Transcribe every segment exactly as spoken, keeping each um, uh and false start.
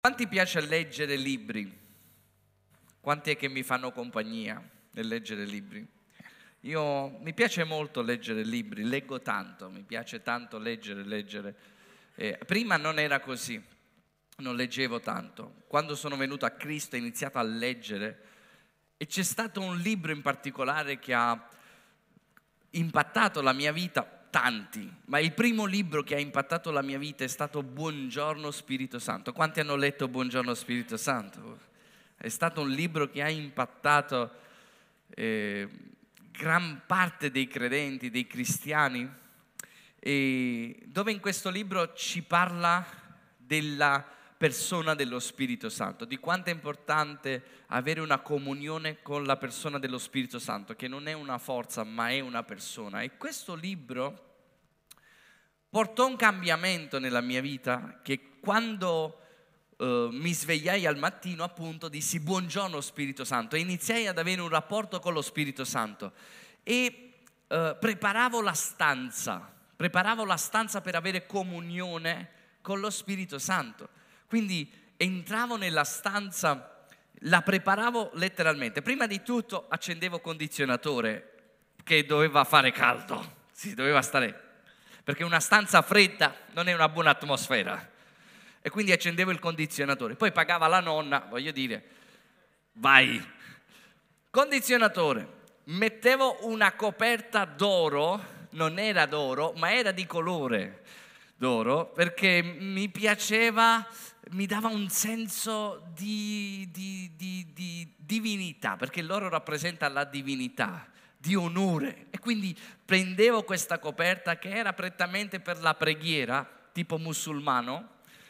Quanti piace leggere libri? Quanti è che mi fanno compagnia nel leggere libri? Io, mi piace molto leggere libri, leggo tanto, mi piace tanto leggere, leggere. Eh, prima non era così, non leggevo tanto. Quando sono venuto a Cristo ho iniziato a leggere e c'è stato un libro in particolare che ha impattato la mia vita. Tanti, ma il primo libro che ha impattato la mia vita è stato Buongiorno Spirito Santo. Quanti hanno letto Buongiorno Spirito Santo? È stato un libro che ha impattato eh, gran parte dei credenti, dei cristiani, e dove in questo libro ci parla della persona dello Spirito Santo, di quanto è importante avere una comunione con la persona dello Spirito Santo, che non è una forza ma è una persona. E questo libro portò un cambiamento nella mia vita, che quando eh, mi svegliai al mattino appunto dissi buongiorno Spirito Santo e iniziai ad avere un rapporto con lo Spirito Santo e eh, preparavo la stanza, preparavo la stanza per avere comunione con lo Spirito Santo. Quindi entravo nella stanza, la preparavo letteralmente. Prima di tutto accendevo condizionatore, che doveva fare caldo, si doveva stare, perché una stanza fredda non è una buona atmosfera. E quindi accendevo il condizionatore. Poi pagava la nonna, voglio dire, vai. Condizionatore, mettevo una coperta d'oro, non era d'oro, ma era di colore d'oro, perché mi piaceva, mi dava un senso di, di, di, di divinità, perché l'oro rappresenta la divinità, di onore. E quindi prendevo questa coperta che era prettamente per la preghiera, tipo musulmano,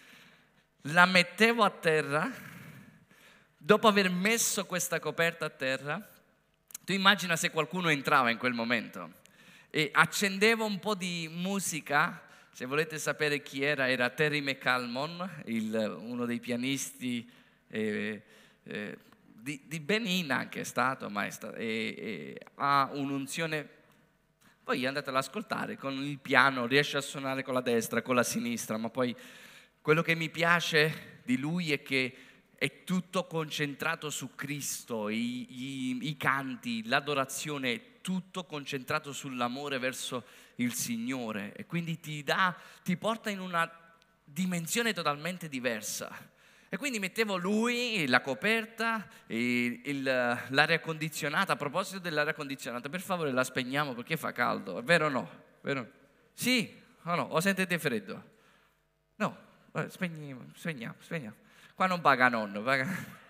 la mettevo a terra. Dopo aver messo questa coperta a terra, tu immagina se qualcuno entrava in quel momento, e accendevo un po' di musica. Se volete sapere chi era, era Terry McCalmon, il, uno dei pianisti eh, eh, di, di Benin anche è stato, ma è stato, e, e ha un'unzione. Poi andate ad ascoltare, con il piano riesce a suonare con la destra, con la sinistra, ma poi quello che mi piace di lui è che è tutto concentrato su Cristo, i, i, i canti, l'adorazione, è tutto concentrato sull'amore verso il Signore, e quindi ti dà, ti porta in una dimensione totalmente diversa. E quindi mettevo lui, la coperta, e il, l'aria condizionata. A proposito dell'aria condizionata, per favore la spegniamo perché fa caldo, è vero o no? Vero? Sì o no? O sentite freddo? No, spegniamo, spegniamo, spegniamo. Qua non paga nonno, paga.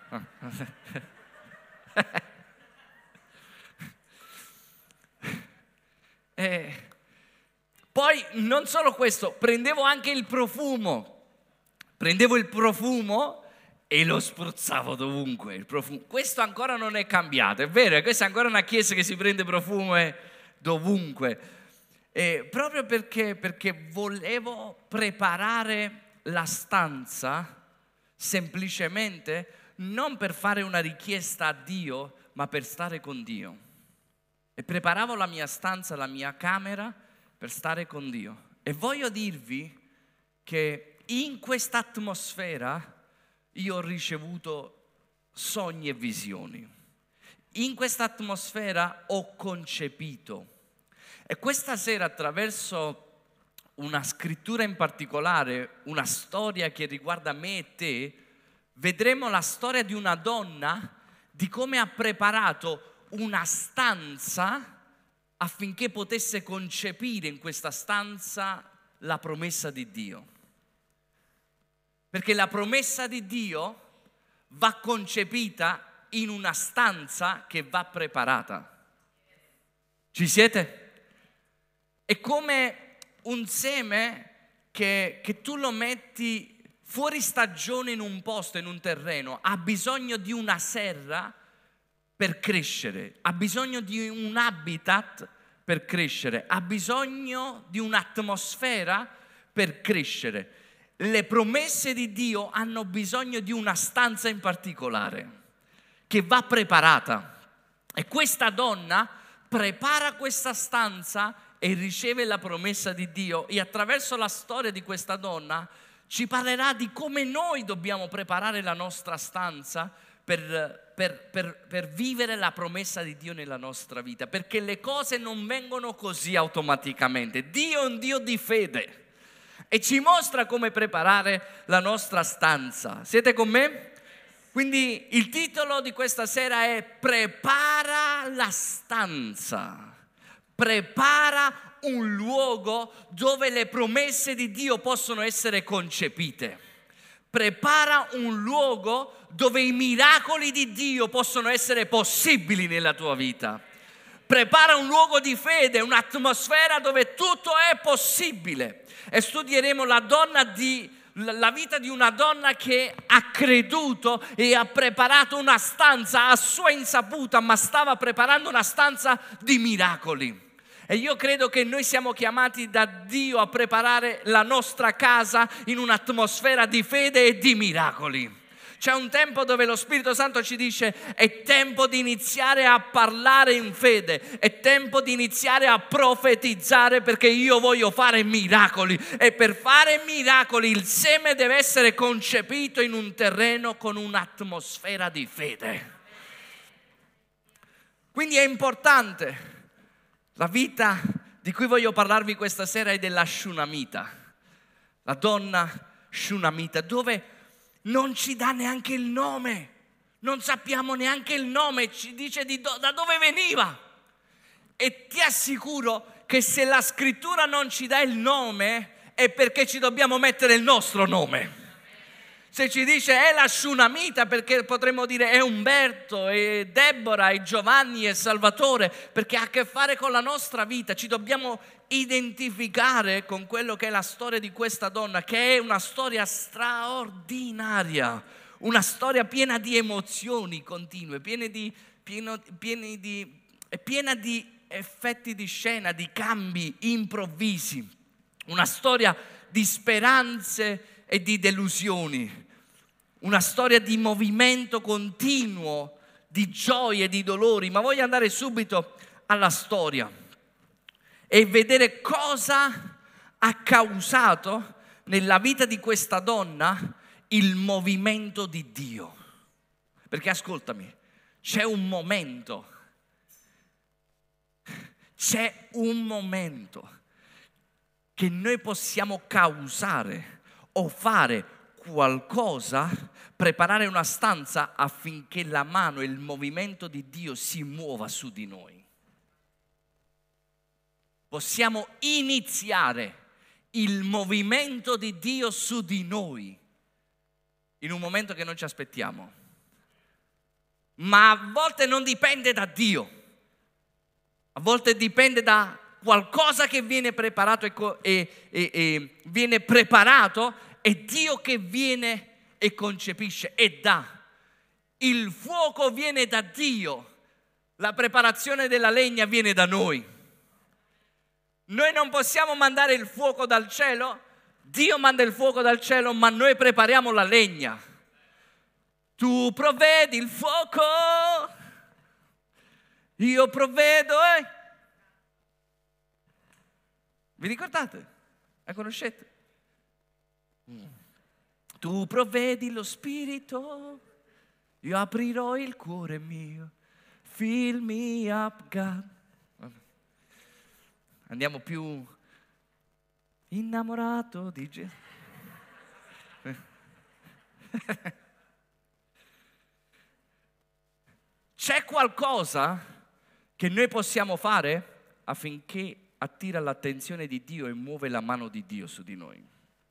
E poi non solo questo, prendevo anche il profumo, prendevo il profumo e lo spruzzavo dovunque. Il profumo. Questo ancora non è cambiato, è vero, questa è ancora una chiesa che si prende profumo dovunque, e proprio perché, perché volevo preparare la stanza semplicemente non per fare una richiesta a Dio, ma per stare con Dio. E preparavo la mia stanza, la mia camera per stare con Dio. E voglio dirvi che in questa atmosfera io ho ricevuto sogni e visioni. In questa atmosfera ho concepito. E questa sera, attraverso una scrittura in particolare, una storia che riguarda me e te, vedremo la storia di una donna, di come ha preparato una stanza affinché potesse concepire in questa stanza la promessa di Dio. Perché la promessa di Dio va concepita in una stanza che va preparata. Ci siete? È come un seme che, che tu lo metti fuori stagione in un posto, in un terreno, ha bisogno di una serra per crescere, ha bisogno di un habitat per crescere, ha bisogno di un'atmosfera per crescere. Le promesse di Dio hanno bisogno di una stanza in particolare che va preparata, e questa donna prepara questa stanza e riceve la promessa di Dio. E attraverso la storia di questa donna ci parlerà di come noi dobbiamo preparare la nostra stanza per, per, per, per vivere la promessa di Dio nella nostra vita, perché le cose non vengono così automaticamente. Dio è un Dio di fede e ci mostra come preparare la nostra stanza. Siete con me? Quindi il titolo di questa sera è Prepara la stanza. Prepara un luogo dove le promesse di Dio possono essere concepite. Prepara un luogo dove i miracoli di Dio possono essere possibili nella tua vita. Prepara un luogo di fede, un'atmosfera dove tutto è possibile. E studieremo la donna di la vita di una donna che ha creduto e ha preparato una stanza a sua insaputa, ma stava preparando una stanza di miracoli. E io credo che noi siamo chiamati da Dio a preparare la nostra casa in un'atmosfera di fede e di miracoli. C'è un tempo dove lo Spirito Santo ci dice: è tempo di iniziare a parlare in fede, è tempo di iniziare a profetizzare, perché io voglio fare miracoli. E per fare miracoli il seme deve essere concepito in un terreno con un'atmosfera di fede. Quindi è importante. La vita di cui voglio parlarvi questa sera è della Shunamita, la donna Shunamita, dove non ci dà neanche il nome, non sappiamo neanche il nome, ci dice di do, da dove veniva. E ti assicuro che se la scrittura non ci dà il nome è perché ci dobbiamo mettere il nostro nome. Se ci dice è la Shunamita, perché potremmo dire è Umberto, è Deborah, è Giovanni, è Salvatore, perché ha a che fare con la nostra vita. Ci dobbiamo identificare con quello che è la storia di questa donna, che è una storia straordinaria, una storia piena di emozioni continue, piena di, pieno, pieni di, piena di effetti di scena, di cambi improvvisi, una storia di speranze e di delusioni, una storia di movimento continuo, di gioie e di dolori. Ma voglio andare subito alla storia e vedere cosa ha causato nella vita di questa donna il movimento di Dio. Perché ascoltami, c'è un momento, c'è un momento che noi possiamo causare o fare qualcosa, preparare una stanza affinché la mano e il movimento di Dio si muova su di noi. Possiamo iniziare il movimento di Dio su di noi in un momento che non ci aspettiamo. Ma a volte non dipende da Dio, a volte dipende da qualcosa che viene preparato e, e, e, e viene preparato. È Dio che viene e concepisce e dà. Il fuoco viene da Dio, la preparazione della legna viene da noi. Noi non possiamo mandare il fuoco dal cielo, Dio manda il fuoco dal cielo, ma noi prepariamo la legna. Tu provvedi il fuoco, io provvedo. Eh? Vi ricordate? La conoscete? Tu provvedi lo spirito, io aprirò il cuore mio. Fill me up, God. Andiamo più innamorato di Gesù. C'è qualcosa che noi possiamo fare affinché attira l'attenzione di Dio e muove la mano di Dio su di noi.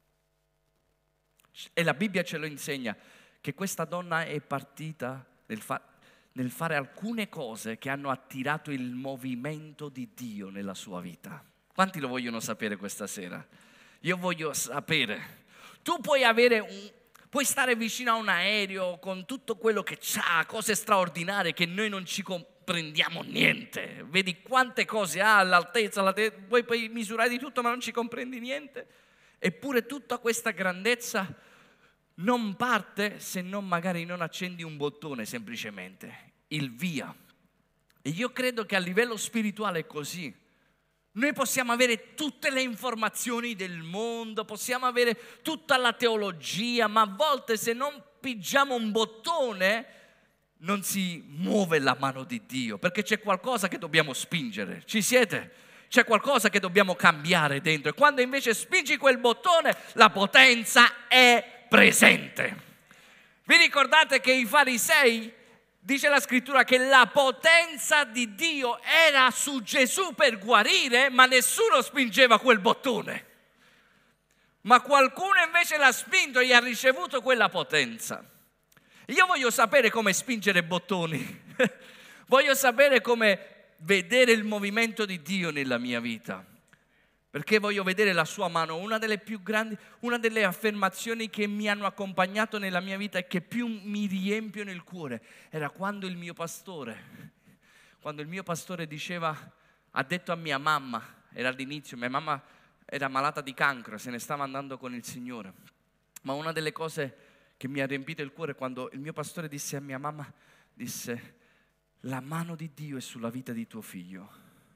E la Bibbia ce lo insegna, che questa donna è partita nel, fa- nel fare alcune cose che hanno attirato il movimento di Dio nella sua vita. Quanti lo vogliono sapere questa sera? Io voglio sapere. Tu puoi avere un, puoi stare vicino a un aereo con tutto quello che c'ha, cose straordinarie che noi non ci comprendiamo niente. Vedi quante cose ha, l'altezza, la te- puoi, puoi misurare di tutto ma non ci comprendi niente. Eppure tutta questa grandezza non parte se non magari non accendi un bottone semplicemente, il via. E io credo che a livello spirituale è così. Noi possiamo avere tutte le informazioni del mondo, possiamo avere tutta la teologia, ma a volte se non pigiamo un bottone non si muove la mano di Dio, perché c'è qualcosa che dobbiamo spingere. Ci siete? C'è qualcosa che dobbiamo cambiare dentro, e quando invece spingi quel bottone la potenza è presente. Vi ricordate che i farisei, dice la scrittura, che la potenza di Dio era su Gesù per guarire, ma nessuno spingeva quel bottone. Ma qualcuno invece l'ha spinto e ha ricevuto quella potenza. Io voglio sapere come spingere bottoni, voglio sapere come vedere il movimento di Dio nella mia vita, perché voglio vedere la sua mano. Una delle più grandi, una delle affermazioni che mi hanno accompagnato nella mia vita e che più mi riempiono il cuore era quando il mio pastore, quando il mio pastore diceva, ha detto a mia mamma, era all'inizio, mia mamma era malata di cancro, se ne stava andando con il Signore, ma una delle cose che mi ha riempito il cuore quando il mio pastore disse a mia mamma, disse: la mano di Dio è sulla vita di tuo figlio.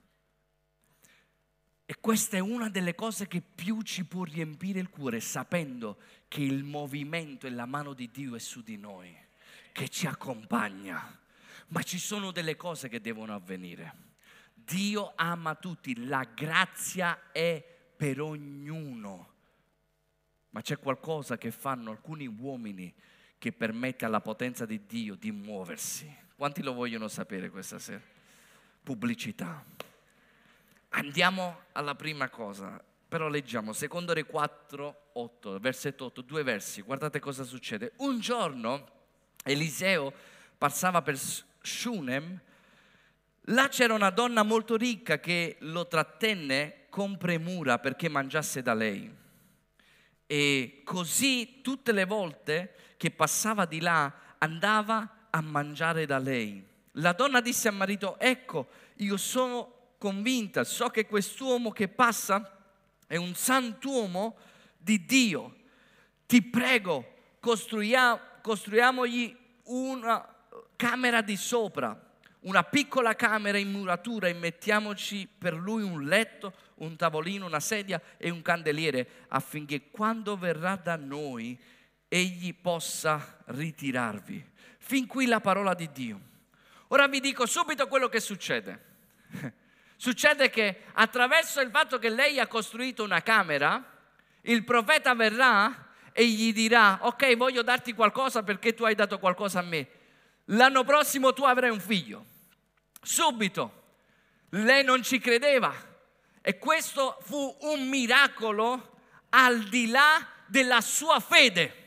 E questa è una delle cose che più ci può riempire il cuore, sapendo che il movimento e la mano di Dio è su di noi, che ci accompagna. Ma ci sono delle cose che devono avvenire. Dio ama tutti, la grazia è per ognuno. Ma c'è qualcosa che fanno alcuni uomini che permette alla potenza di Dio di muoversi. Quanti lo vogliono sapere questa sera? Pubblicità. Andiamo alla prima cosa, però leggiamo secondo Re quattro, otto, versetto otto, due versi. Guardate cosa succede. Un giorno Eliseo passava per Shunem, là c'era una donna molto ricca che lo trattenne con premura perché mangiasse da lei. E così tutte le volte che passava di là andava a mangiare da lei. La donna disse al marito: ecco, io sono convinta, so che quest'uomo che passa è un santuomo di Dio. Ti prego, costruiamo, costruiamogli una camera di sopra, una piccola camera in muratura, e mettiamoci per lui un letto, un tavolino, una sedia e un candeliere, affinché quando verrà da noi egli possa ritirarvi. Fin qui la parola di Dio. Ora vi dico subito quello che succede. Succede che attraverso il fatto che lei ha costruito una camera, il profeta verrà e gli dirà: ok, voglio darti qualcosa perché tu hai dato qualcosa a me. L'anno prossimo tu avrai un figlio. Subito. Lei non ci credeva. E questo fu un miracolo al di là della sua fede.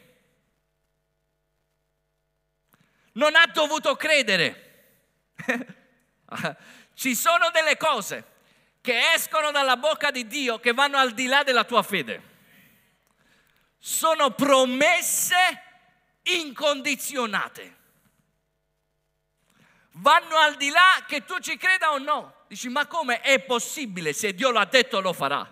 Non ha dovuto credere. Ci sono delle cose che escono dalla bocca di Dio che vanno al di là della tua fede. Sono promesse incondizionate. Vanno al di là che tu ci creda o no. Dici: ma come è possibile? Se Dio l'ha detto lo farà.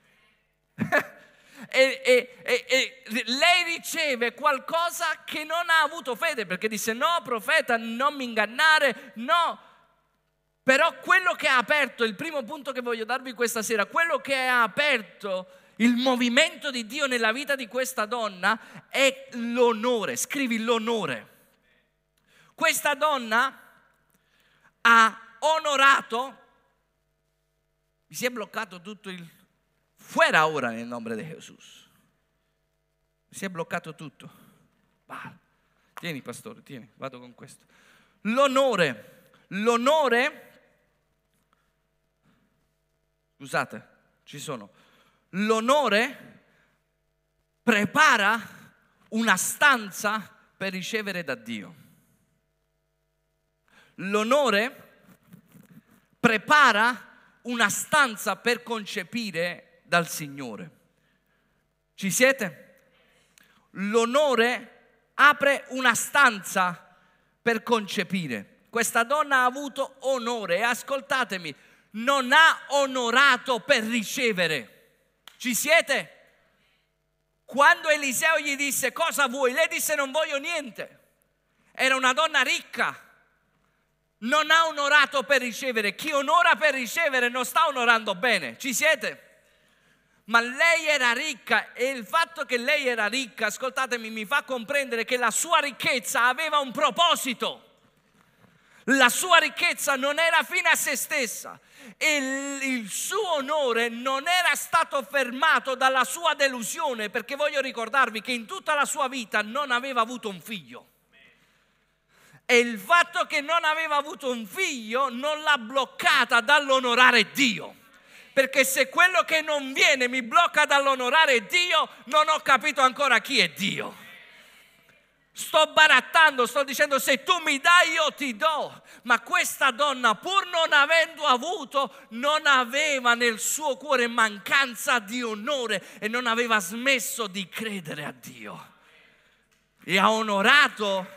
e, e, e, e lei riceve qualcosa che non ha avuto fede, perché disse: no profeta, non mi ingannare, no. Però quello che ha aperto, il primo punto che voglio darvi questa sera, quello che ha aperto il movimento di Dio nella vita di questa donna è l'onore. Scrivi l'onore. Questa donna ha onorato, mi si è bloccato tutto il fuera ora nel nome di Gesù. Mi si è bloccato tutto. Va. Tieni pastore, tieni, vado con questo. L'onore, l'onore, scusate, ci sono. L'onore prepara una stanza per ricevere da Dio. L'onore prepara una stanza per concepire dal Signore. Ci siete? L'onore apre una stanza per concepire. Questa donna ha avuto onore e ascoltatemi, non ha onorato per ricevere. Ci siete? Quando Eliseo gli disse: cosa vuoi? Lei disse: non voglio niente. Era una donna ricca. Non ha onorato per ricevere. Chi onora per ricevere non sta onorando bene. Ci siete? Ma lei era ricca e il fatto che lei era ricca, ascoltatemi, mi fa comprendere che la sua ricchezza aveva un proposito. La sua ricchezza non era fine a se stessa e il suo onore non era stato fermato dalla sua delusione, perché voglio ricordarvi che in tutta la sua vita non aveva avuto un figlio. E il fatto che non aveva avuto un figlio non l'ha bloccata dall'onorare Dio. Perché se quello che non viene mi blocca dall'onorare Dio, non ho capito ancora chi è Dio. Sto barattando, sto dicendo se tu mi dai io ti do. Ma questa donna, pur non avendo avuto, non aveva nel suo cuore mancanza di onore e non aveva smesso di credere a Dio. E ha onorato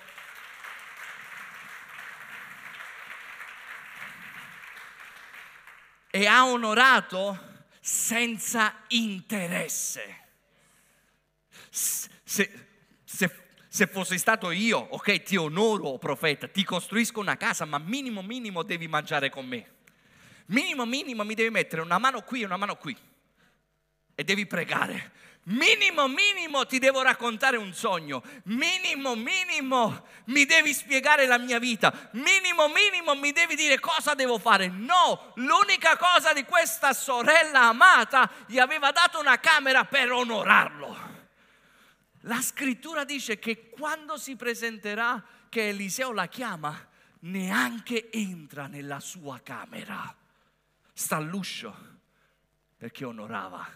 e ha onorato senza interesse. Se, se, se fossi stato io, ok, ti onoro, profeta, ti costruisco una casa, ma minimo minimo devi mangiare con me. Minimo minimo mi devi mettere una mano qui e una mano qui. E devi pregare. Minimo minimo ti devo raccontare un sogno. Minimo minimo mi devi spiegare la mia vita. Minimo minimo mi devi dire cosa devo fare. No, l'unica cosa di questa sorella amata, gli aveva dato una camera per onorarlo. La scrittura dice che quando si presenterà, che Eliseo la chiama, neanche entra nella sua camera. Sta all'uscio perché onorava.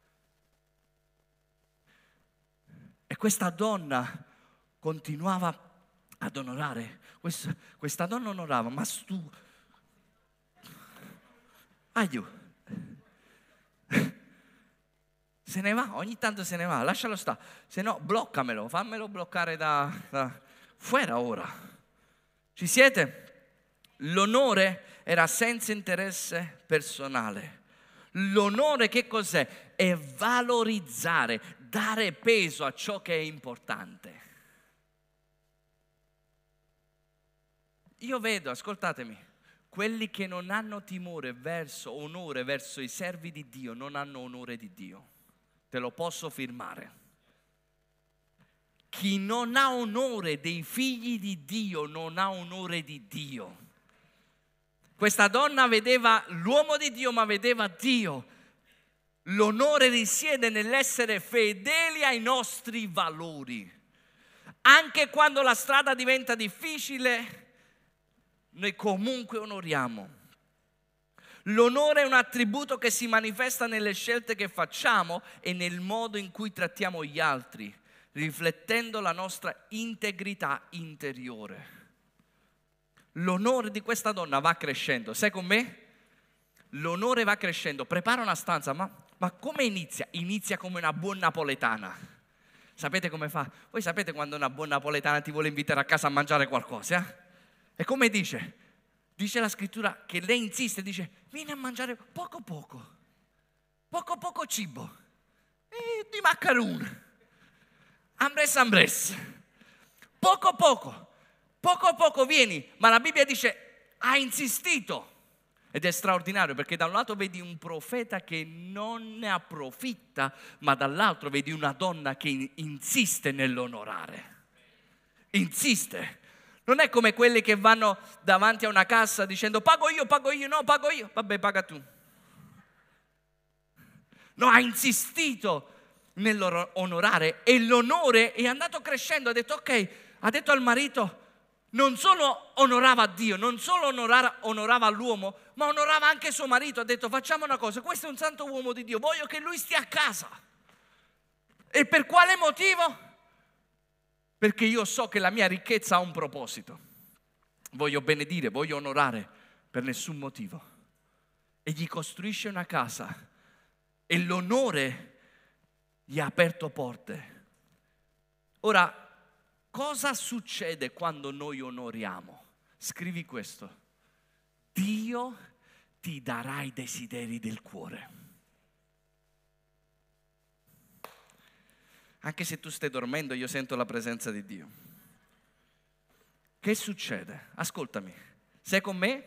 E questa donna continuava ad onorare. Questa, questa donna onorava, ma tu... Aiuto. Se ne va, ogni tanto se ne va, lascialo stare. Se no, bloccamelo, fammelo bloccare da, da... fuori ora. Ci siete? L'onore era senza interesse personale. L'onore che cos'è? È valorizzare, dare peso a ciò che è importante. Io vedo, ascoltatemi, quelli che non hanno timore verso, onore verso i servi di Dio, non hanno onore di Dio. Te lo posso firmare. Chi non ha onore dei figli di Dio non ha onore di Dio. Questa donna vedeva l'uomo di Dio, ma vedeva Dio. L'onore risiede nell'essere fedeli ai nostri valori. Anche quando la strada diventa difficile, noi comunque onoriamo. L'onore è un attributo che si manifesta nelle scelte che facciamo e nel modo in cui trattiamo gli altri, riflettendo la nostra integrità interiore. L'onore di questa donna va crescendo. Sei con me? L'onore va crescendo. Prepara una stanza, ma, ma come inizia? Inizia come una buona napoletana. Sapete come fa? Voi sapete quando una buona napoletana ti vuole invitare a casa a mangiare qualcosa? Eh? E come dice? Dice la scrittura che lei insiste, dice vieni a mangiare poco poco, poco poco cibo, e di maccarone, ambres ambres, poco poco, poco poco vieni. Ma la Bibbia dice ha insistito. Ed è straordinario perché da un lato vedi un profeta che non ne approfitta, ma dall'altro vedi una donna che insiste nell'onorare. Insiste. Non è come quelli che vanno davanti a una cassa dicendo pago io, pago io, no, pago io. Vabbè, paga tu. No, ha insistito nell'onorare e l'onore è andato crescendo. Ha detto ok, ha detto al marito, non solo onorava Dio, non solo onorava, onorava l'uomo, ma onorava anche suo marito. Ha detto facciamo una cosa, questo è un santo uomo di Dio, voglio che lui stia a casa. E per quale motivo? Perché io so che la mia ricchezza ha un proposito. Voglio benedire, voglio onorare per nessun motivo. E gli costruisce una casa e l'onore gli ha aperto porte. Ora, cosa succede quando noi onoriamo? Scrivi questo. Dio ti darà i desideri del cuore. Anche se tu stai dormendo, io sento la presenza di Dio. Che succede? Ascoltami. Sei con me?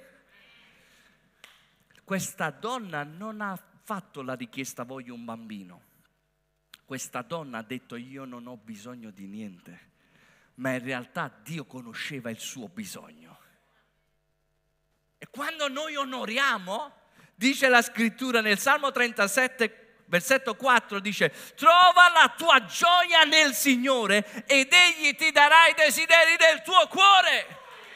Questa donna non ha fatto la richiesta voglio un bambino. Questa donna ha detto io non ho bisogno di niente, ma in realtà Dio conosceva il suo bisogno. E quando noi onoriamo, dice la scrittura nel Salmo trentasette, versetto quattro, dice trova la tua gioia nel Signore ed Egli ti darà i desideri del tuo cuore.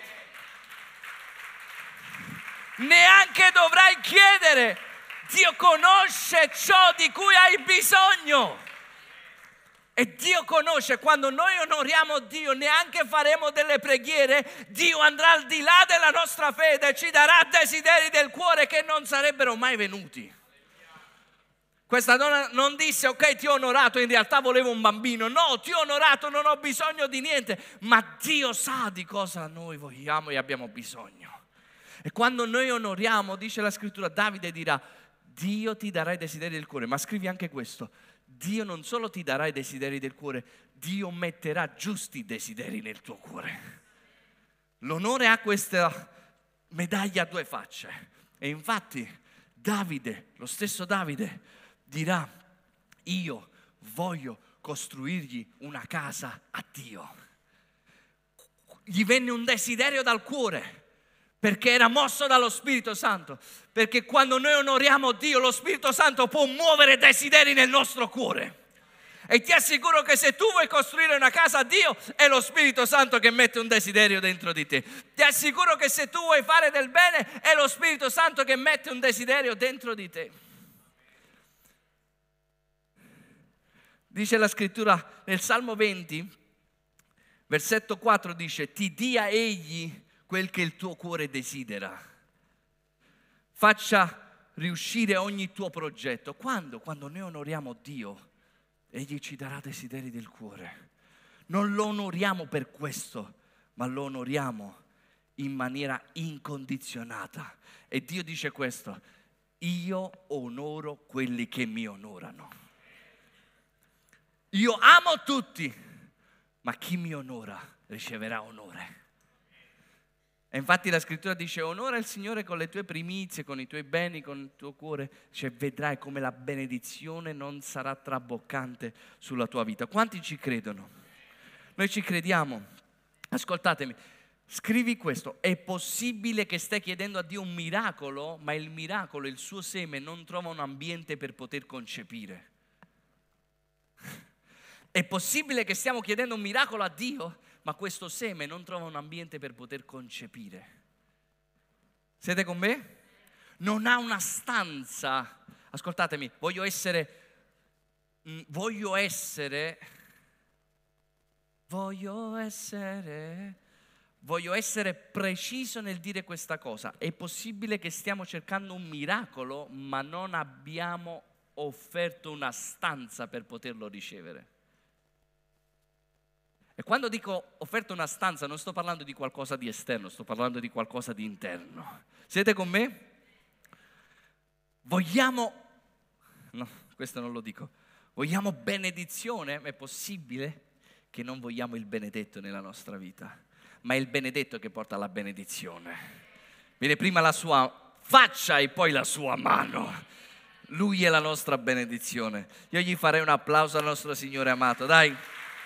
Neanche dovrai chiedere, Dio conosce ciò di cui hai bisogno. E Dio conosce, quando noi onoriamo Dio, neanche faremo delle preghiere, Dio andrà al di là della nostra fede e ci darà desideri del cuore che non sarebbero mai venuti. Questa donna non disse ok ti ho onorato, in realtà volevo un bambino. No, ti ho onorato, non ho bisogno di niente, ma Dio sa di cosa noi vogliamo e abbiamo bisogno. E quando noi onoriamo, dice la scrittura, Davide dirà Dio ti darà i desideri del cuore, ma scrivi anche questo. Dio non solo ti darà i desideri del cuore, Dio metterà giusti desideri nel tuo cuore. L'onore ha questa medaglia a due facce. E infatti Davide, lo stesso Davide, dirà io voglio costruirgli una casa a Dio. Gli venne un desiderio dal cuore, perché era mosso dallo Spirito Santo, perché quando noi onoriamo Dio, lo Spirito Santo può muovere desideri nel nostro cuore. E ti assicuro che se tu vuoi costruire una casa a Dio, è lo Spirito Santo che mette un desiderio dentro di te. Ti assicuro che se tu vuoi fare del bene, è lo Spirito Santo che mette un desiderio dentro di te. Dice la scrittura nel Salmo venti, versetto quattro, dice ti dia egli quel che il tuo cuore desidera, faccia riuscire ogni tuo progetto. Quando? Quando noi onoriamo Dio, Egli ci darà desideri del cuore. Non lo onoriamo per questo, ma lo onoriamo in maniera incondizionata. E Dio dice questo: io onoro quelli che mi onorano. Io amo tutti, ma chi mi onora riceverà onore. E infatti la scrittura dice onora il Signore con le tue primizie, con i tuoi beni, con il tuo cuore, cioè vedrai come la benedizione non sarà traboccante sulla tua vita. Quanti ci credono? Noi ci crediamo. Ascoltatemi, scrivi questo: è possibile che stai chiedendo a Dio un miracolo, ma il miracolo, il suo seme non trova un ambiente per poter concepire. È possibile che stiamo chiedendo un miracolo a Dio, ma questo seme non trova un ambiente per poter concepire. Siete con me? Non ha una stanza. Ascoltatemi, voglio essere, voglio essere, voglio essere, voglio essere preciso nel dire questa cosa. È possibile che stiamo cercando un miracolo, ma non abbiamo offerto una stanza per poterlo ricevere. E quando dico offerto una stanza non sto parlando di qualcosa di esterno, sto parlando di qualcosa di interno. Siete con me? Vogliamo, no, questo non lo dico, vogliamo benedizione? È possibile che non vogliamo il benedetto nella nostra vita, ma è il benedetto che porta alla benedizione. Viene prima la sua faccia e poi la sua mano. Lui è la nostra benedizione. Io gli farei un applauso al nostro Signore amato, dai.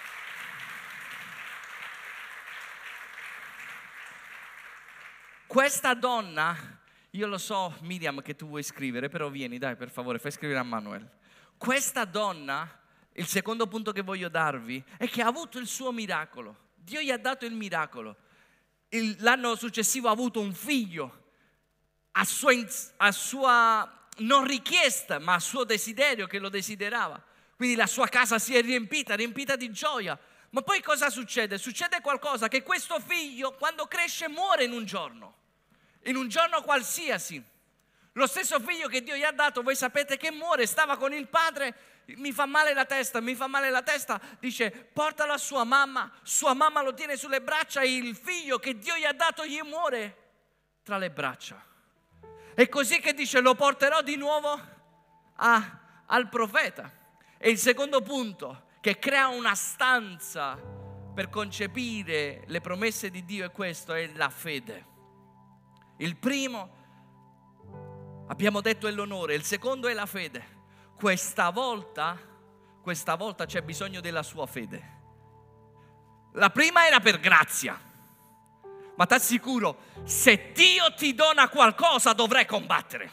Questa donna, io lo so Miriam che tu vuoi scrivere, però vieni dai per favore, fai scrivere a Manuel. Questa donna, il secondo punto che voglio darvi, è che ha avuto il suo miracolo. Dio gli ha dato il miracolo. Il, l'anno successivo ha avuto un figlio, a sua, a sua non richiesta, ma a suo desiderio, che lo desiderava. Quindi la sua casa si è riempita, riempita di gioia. Ma poi cosa succede? Succede qualcosa, che questo figlio quando cresce muore in un giorno. In un giorno qualsiasi. Lo stesso figlio che Dio gli ha dato, voi sapete che muore, stava con il padre, mi fa male la testa, mi fa male la testa, dice portalo a sua mamma, sua mamma lo tiene sulle braccia e il figlio che Dio gli ha dato gli muore tra le braccia. È così che dice lo porterò di nuovo a, al profeta. E il secondo punto che crea una stanza per concepire le promesse di Dio è questo, è la fede. Il primo, abbiamo detto, è l'onore, il secondo è la fede. Questa volta, questa volta c'è bisogno della sua fede. La prima era per grazia, ma ti assicuro, se Dio ti dona qualcosa dovrai combattere.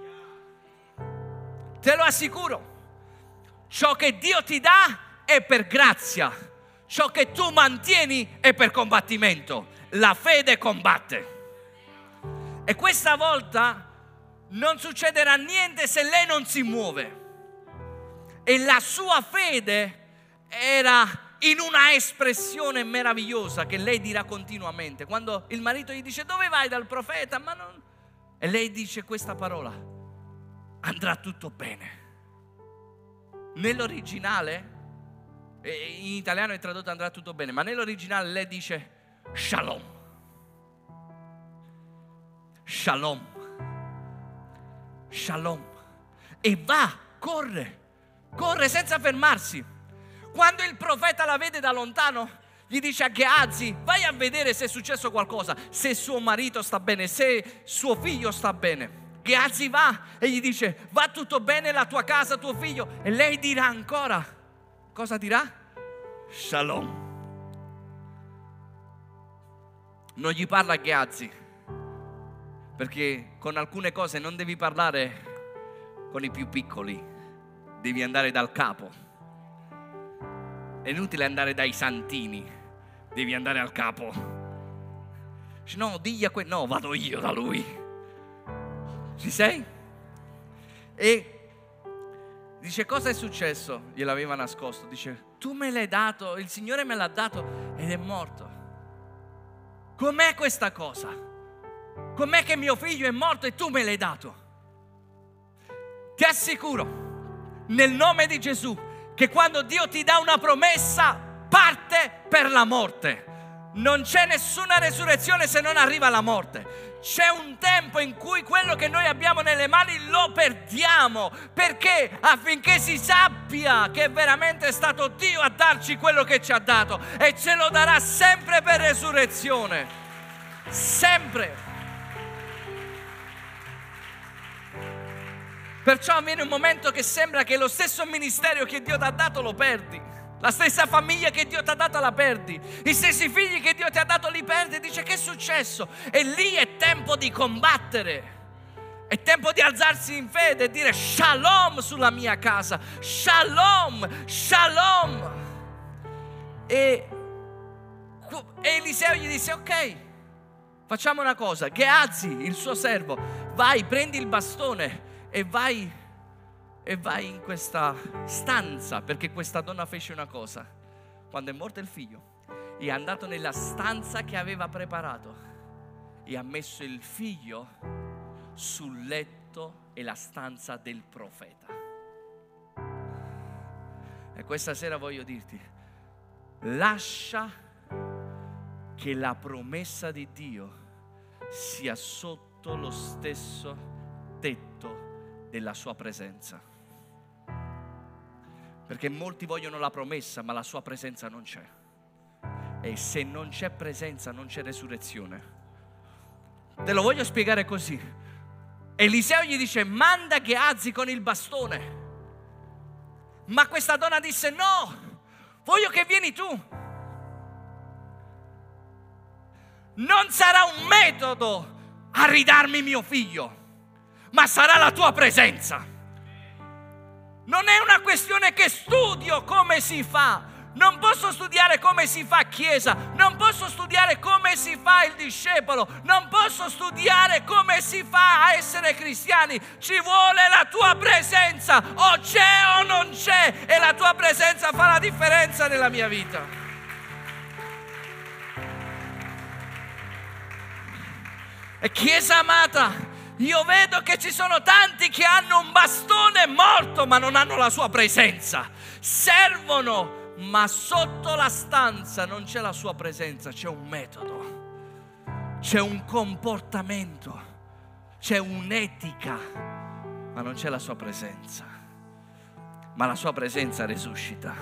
Te lo assicuro. Ciò che Dio ti dà è per grazia, ciò che tu mantieni è per combattimento. La fede combatte. E questa volta non succederà niente se lei non si muove. E la sua fede era in una espressione meravigliosa che lei dirà continuamente. Quando il marito gli dice: dove vai dal profeta? Ma non... E lei dice questa parola: andrà tutto bene. Nell'originale, in italiano è tradotto andrà tutto bene, ma nell'originale lei dice shalom. Shalom. Shalom. E va, corre, corre senza fermarsi. Quando il profeta la vede da lontano, gli dice a Gehazi: vai a vedere se è successo qualcosa, se suo marito sta bene, se suo figlio sta bene. Gehazi va e gli dice: va tutto bene, la tua casa, tuo figlio? E lei dirà ancora, cosa dirà? Shalom. Non gli parla a Gehazi, perché con alcune cose non devi parlare con i più piccoli, devi andare dal capo. È inutile andare dai santini, devi andare al capo. Dice: no, digli a que... no, vado io da lui. Ci sei? E dice: cosa è successo? Gliel'aveva nascosto. Dice: tu me l'hai dato, il Signore me l'ha dato ed è morto. Com'è questa cosa? Com'è che mio figlio è morto e tu me l'hai dato? Ti assicuro, nel nome di Gesù, che quando Dio ti dà una promessa, parte per la morte. Non c'è nessuna resurrezione se non arriva la morte. C'è un tempo in cui quello che noi abbiamo nelle mani lo perdiamo. Perché? Affinché si sappia che veramente è stato Dio a darci quello che ci ha dato, e ce lo darà sempre per resurrezione. Sempre. Perciò viene un momento che sembra che lo stesso ministero che Dio ti ha dato lo perdi, la stessa famiglia che Dio ti ha dato la perdi, i stessi figli che Dio ti ha dato li perdi. Dice: che è successo? E lì è tempo di combattere, è tempo di alzarsi in fede e dire shalom sulla mia casa, shalom, shalom. E, e Eliseo gli disse: ok, facciamo una cosa. Gehazi, il suo servo, vai, prendi il bastone e vai, e vai in questa stanza, perché questa donna fece una cosa. Quando è morto il figlio, è andato nella stanza che aveva preparato e ha messo il figlio sul letto e la stanza del profeta. E questa sera voglio dirti: lascia che la promessa di Dio sia sotto lo stesso tetto della sua presenza, perché molti vogliono la promessa ma la sua presenza non c'è, e se non c'è presenza non c'è resurrezione. Te lo voglio spiegare così. Eliseo gli dice: manda Gehazi con il bastone. Ma questa donna disse: no, voglio che vieni tu. Non sarà un metodo a ridarmi mio figlio, ma sarà la tua presenza. Non è una questione che studio come si fa. Non posso studiare come si fa chiesa, non posso studiare come si fa il discepolo, non posso studiare come si fa a essere cristiani. Ci vuole la tua presenza, o c'è o non c'è, e la tua presenza fa la differenza nella mia vita. E chiesa amata, io vedo che ci sono tanti che hanno un bastone morto ma non hanno la sua presenza. Servono, ma sotto la stanza non c'è la sua presenza, c'è un metodo, c'è un comportamento, c'è un'etica, ma non c'è la sua presenza. Ma la sua presenza risuscita.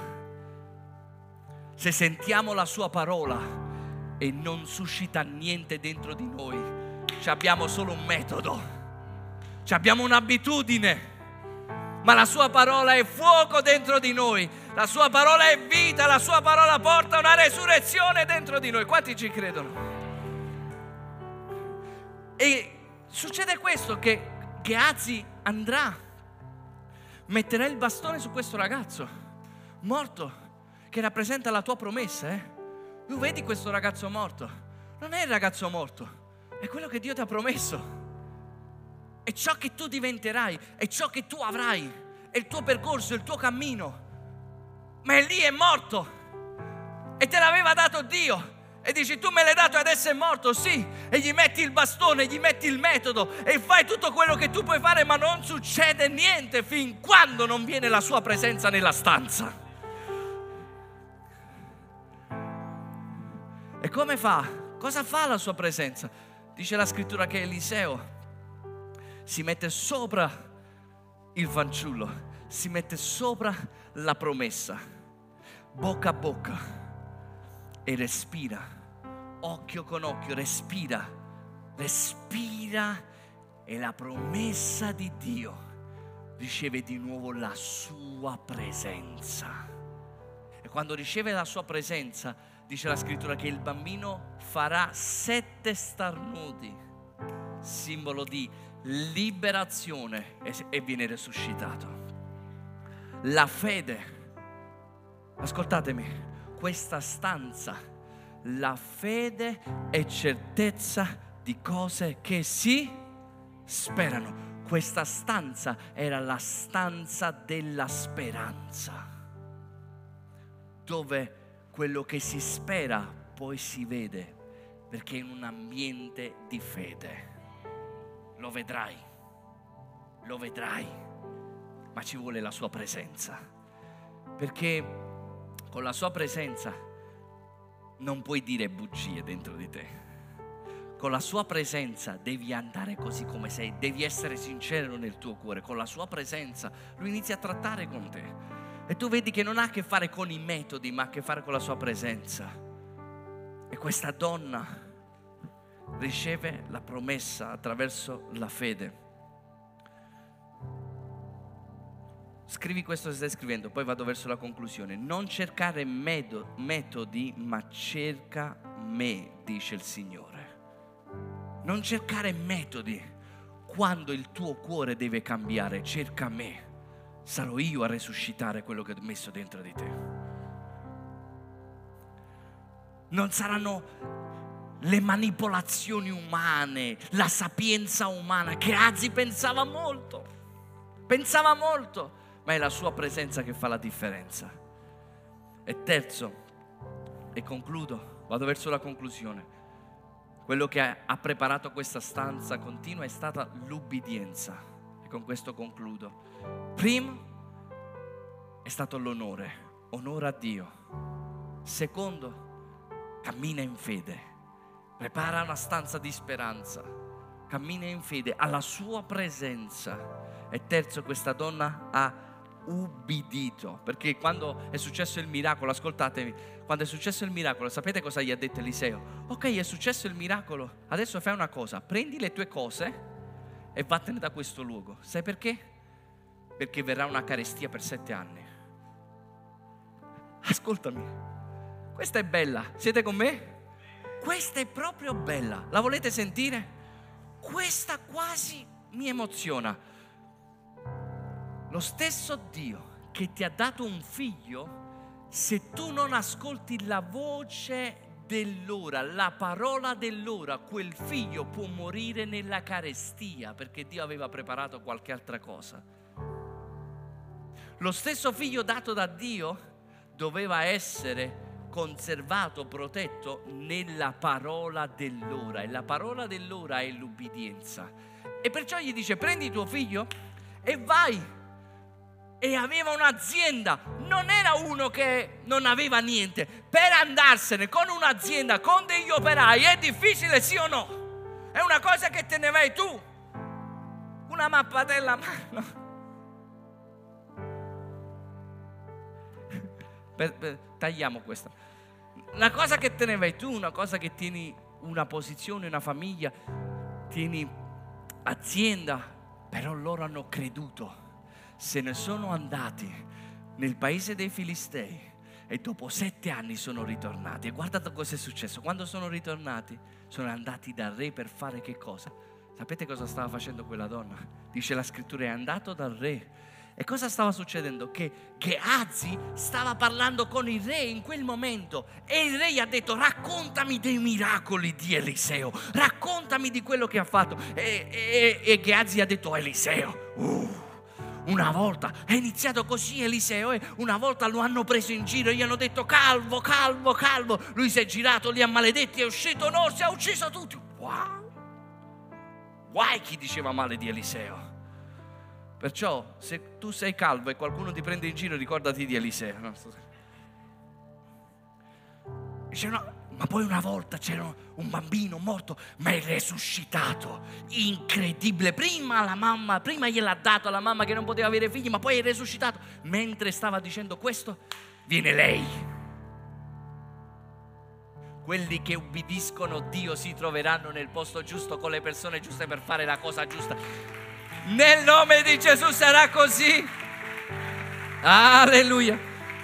Se sentiamo la sua parola e non suscita niente dentro di noi, Ci abbiamo solo un metodo, ci abbiamo un'abitudine, ma la sua parola è fuoco dentro di noi, la sua parola è vita, la sua parola porta una resurrezione dentro di noi. Quanti ci credono? E succede questo, che Gehazi andrà, metterà il bastone su questo ragazzo morto, che rappresenta la tua promessa. eh? Tu vedi questo ragazzo morto, non è il ragazzo morto, è quello che Dio ti ha promesso, è ciò che tu diventerai, è ciò che tu avrai, è il tuo percorso, è il tuo cammino. Ma è lì, è morto e te l'aveva dato Dio, e dici tu me l'hai dato e adesso è morto. Sì, e gli metti il bastone, gli metti il metodo e fai tutto quello che tu puoi fare, ma non succede niente fin quando non viene la sua presenza nella stanza. E come fa? Cosa fa la sua presenza? Dice la scrittura che Eliseo si mette sopra il fanciullo, si mette sopra la promessa, bocca a bocca, e respira, occhio con occhio, respira, respira, e la promessa di Dio riceve di nuovo la sua presenza. E quando riceve la sua presenza, dice la scrittura che il bambino farà sette starnuti, simbolo di liberazione, e viene resuscitato. La fede, ascoltatemi, questa stanza, la fede è certezza di cose che si sperano. Questa stanza era la stanza della speranza, dove quello che si spera poi si vede, perché in un ambiente di fede lo vedrai, lo vedrai, ma ci vuole la sua presenza, perché con la sua presenza non puoi dire bugie dentro di te. Con la sua presenza devi andare così come sei, devi essere sincero nel tuo cuore. Con la sua presenza lui inizia a trattare con te, e tu vedi che non ha a che fare con i metodi, ma ha a che fare con la sua presenza. E questa donna riceve la promessa attraverso la fede. Scrivi questo se stai scrivendo, poi vado verso la conclusione. Non cercare medo- metodi, ma cerca me, dice il Signore. Non cercare metodi. Quando il tuo cuore deve cambiare, cerca me. Sarò io a resuscitare quello che ho messo dentro di te. Non saranno le manipolazioni umane, la sapienza umana. Gehazi pensava molto, pensava molto, ma è la sua presenza che fa la differenza. E terzo, e concludo, vado verso la conclusione, quello che ha, ha preparato questa stanza continua è stata l'ubbidienza. E con questo concludo. Primo è stato l'onore, onora a Dio. Secondo, cammina in fede, prepara una stanza di speranza, cammina in fede alla sua presenza. E terzo, questa donna ha ubbidito, perché quando è successo il miracolo, ascoltatemi, quando è successo il miracolo, sapete cosa gli ha detto Eliseo? Ok, è successo il miracolo, adesso fai una cosa, prendi le tue cose e vattene da questo luogo. Sai perché? Perché verrà una carestia per sette anni. Ascoltami, questa è bella, siete con me? Questa è proprio bella, la volete sentire? Questa quasi mi emoziona. Lo stesso Dio che ti ha dato un figlio, se tu non ascolti la voce dell'ora, la parola dell'ora, quel figlio può morire nella carestia, perché Dio aveva preparato qualche altra cosa. Lo stesso figlio dato da Dio doveva essere conservato, protetto nella parola dell'ora, e la parola dell'ora è l'ubbidienza. E perciò gli dice: prendi tuo figlio e vai. E aveva un'azienda, non era uno che non aveva niente. Per andarsene con un'azienda, con degli operai, è difficile, sì o no? È una cosa che te ne vai tu, una mappatella a mano. Per, per, tagliamo questa. Una cosa che te ne vai tu, una cosa che tieni una posizione, una famiglia. tieni azienda, però loro hanno creduto, se ne sono andati nel paese dei Filistei e dopo sette anni sono ritornati. E guardate cosa è successo. Quando sono ritornati sono andati dal re per fare che cosa? Sapete cosa stava facendo quella donna? Dice la scrittura, è andato dal re. E cosa stava succedendo? Che Gehazi stava parlando con il re in quel momento, e il re gli ha detto: raccontami dei miracoli di Eliseo, raccontami di quello che ha fatto. E, e, e Gehazi ha detto: Eliseo, uh, una volta è iniziato così Eliseo, e una volta lo hanno preso in giro, gli hanno detto calvo, calvo, calvo. Lui si è girato, li ha maledetti, è uscito un orso, ha ucciso tutti. Wow, guai chi diceva male di Eliseo. Perciò se tu sei calvo e qualcuno ti prende in giro, ricordati di Eliseo. No? Dice no, ma poi una volta c'era un bambino morto, ma è resuscitato. Incredibile. Prima la mamma, prima gliel'ha dato alla mamma che non poteva avere figli, ma poi è resuscitato. Mentre stava dicendo questo, viene lei. Quelli che ubbidiscono Dio si troveranno nel posto giusto con le persone giuste per fare la cosa giusta. Nel nome di Gesù sarà così. Alleluia.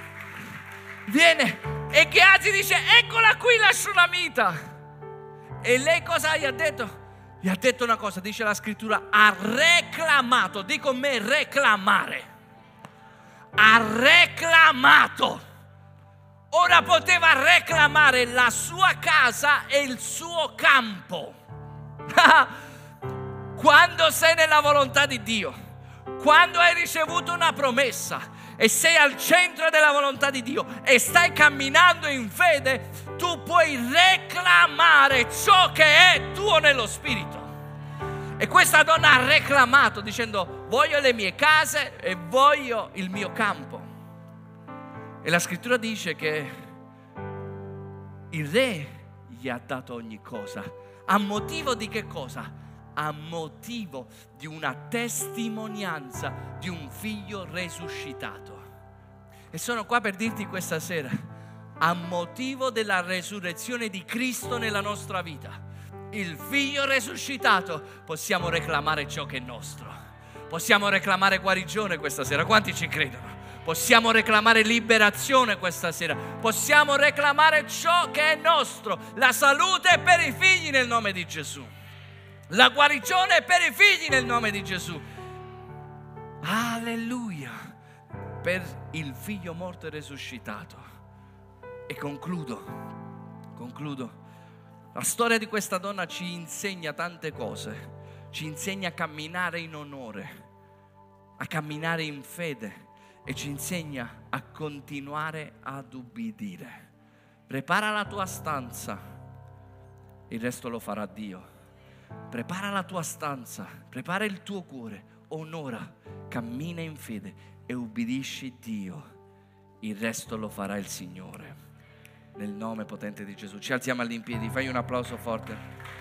Viene e Gehazi dice: eccola qui la Shulamita. E lei cosa gli ha detto? Gli ha detto una cosa, dice la scrittura, ha reclamato. Di con me reclamare. Ha reclamato. Ora poteva reclamare la sua casa e il suo campo. Quando sei nella volontà di Dio, quando hai ricevuto una promessa e sei al centro della volontà di Dio e stai camminando in fede, tu puoi reclamare ciò che è tuo nello spirito. E questa donna ha reclamato dicendo: voglio le mie case e voglio il mio campo. E la scrittura dice che il re gli ha dato ogni cosa. A motivo di che cosa? A motivo di una testimonianza di un figlio resuscitato. E sono qua per dirti questa sera, a motivo della resurrezione di Cristo nella nostra vita, il figlio resuscitato, possiamo reclamare ciò che è nostro. Possiamo reclamare guarigione questa sera. Quanti ci credono? Possiamo reclamare liberazione questa sera. Possiamo reclamare ciò che è nostro. La salute per i figli nel nome di Gesù. La guarigione per i figli nel nome di Gesù. Alleluia. Per il figlio morto e risuscitato. E concludo, concludo. La storia di questa donna ci insegna tante cose. Ci insegna a camminare in onore, a camminare in fede, e ci insegna a continuare ad ubbidire. Prepara la tua stanza, il resto lo farà Dio. Prepara la tua stanza, prepara il tuo cuore, onora, cammina in fede e ubbidisci Dio. Il resto lo farà il Signore. Nel nome potente di Gesù. Ci alziamo all'impiedi, fai un applauso forte.